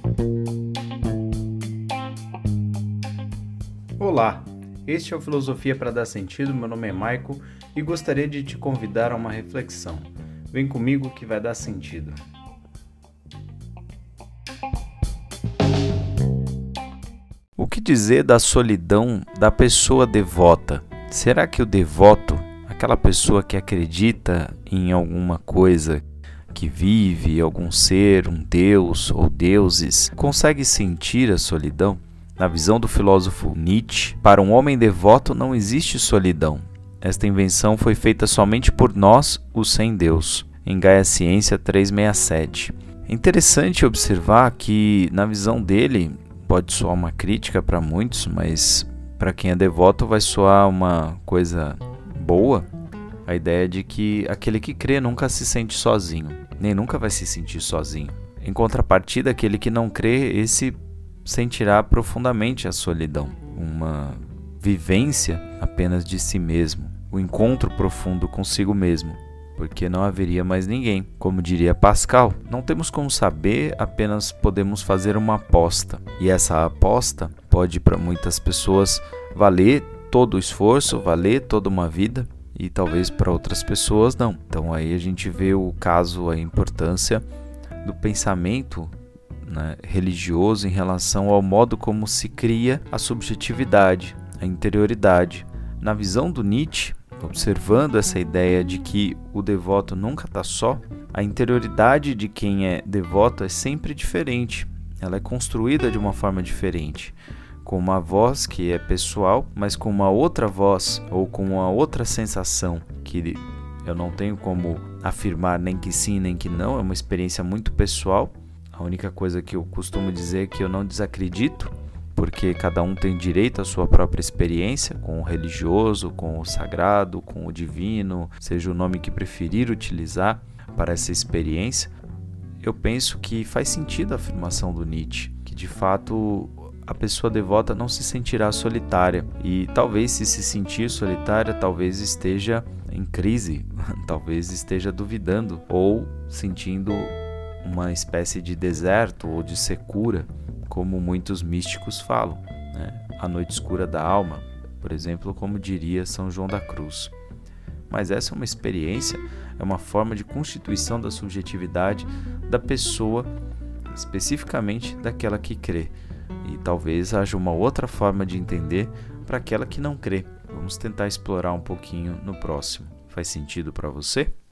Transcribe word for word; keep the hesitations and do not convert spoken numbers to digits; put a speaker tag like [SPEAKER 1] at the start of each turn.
[SPEAKER 1] Olá, este é o Filosofia para Dar Sentido, meu nome é Maico e gostaria de te convidar a uma reflexão. Vem comigo que vai dar sentido. O que dizer da solidão da pessoa devota? Será que o devoto, aquela pessoa que acredita em alguma coisa, que vive, algum ser, um deus ou deuses, consegue sentir a solidão? Na visão do filósofo Nietzsche, para um homem devoto não existe solidão. Esta invenção foi feita somente por nós, os sem Deus, em Gaia Ciência trezentos e sessenta e sete. É interessante observar que, na visão dele, pode soar uma crítica para muitos, mas para quem é devoto vai soar uma coisa boa, a ideia de que aquele que crê nunca se sente sozinho, nem nunca vai se sentir sozinho. Em contrapartida, aquele que não crê, esse sentirá profundamente a solidão, uma vivência apenas de si mesmo, o encontro profundo consigo mesmo, porque não haveria mais ninguém. Como diria Pascal, não temos como saber, apenas podemos fazer uma aposta. E essa aposta pode para muitas pessoas valer todo o esforço, valer toda uma vida, e talvez para outras pessoas não. Então aí a gente vê o caso, a importância do pensamento, né, religioso em relação ao modo como se cria a subjetividade, a interioridade. Na visão do Nietzsche, observando essa ideia de que o devoto nunca está só, a interioridade de quem é devoto é sempre diferente, ela é construída de uma forma diferente, com uma voz que é pessoal, mas com uma outra voz ou com uma outra sensação que eu não tenho como afirmar nem que sim nem que não, é uma experiência muito pessoal. A única coisa que eu costumo dizer é que eu não desacredito, porque cada um tem direito à sua própria experiência, com o religioso, com o sagrado, com o divino, seja o nome que preferir utilizar para essa experiência. Eu penso que faz sentido a afirmação do Nietzsche, que de fato a pessoa devota não se sentirá solitária, e talvez se se sentir solitária, talvez esteja em crise, talvez esteja duvidando ou sentindo uma espécie de deserto ou de secura, como muitos místicos falam, né? A noite escura da alma, por exemplo, como diria São João da Cruz. Mas essa é uma experiência, é uma forma de constituição da subjetividade da pessoa, especificamente daquela que crê. E talvez haja uma outra forma de entender para aquela que não crê. Vamos tentar explorar um pouquinho no próximo. Faz sentido para você?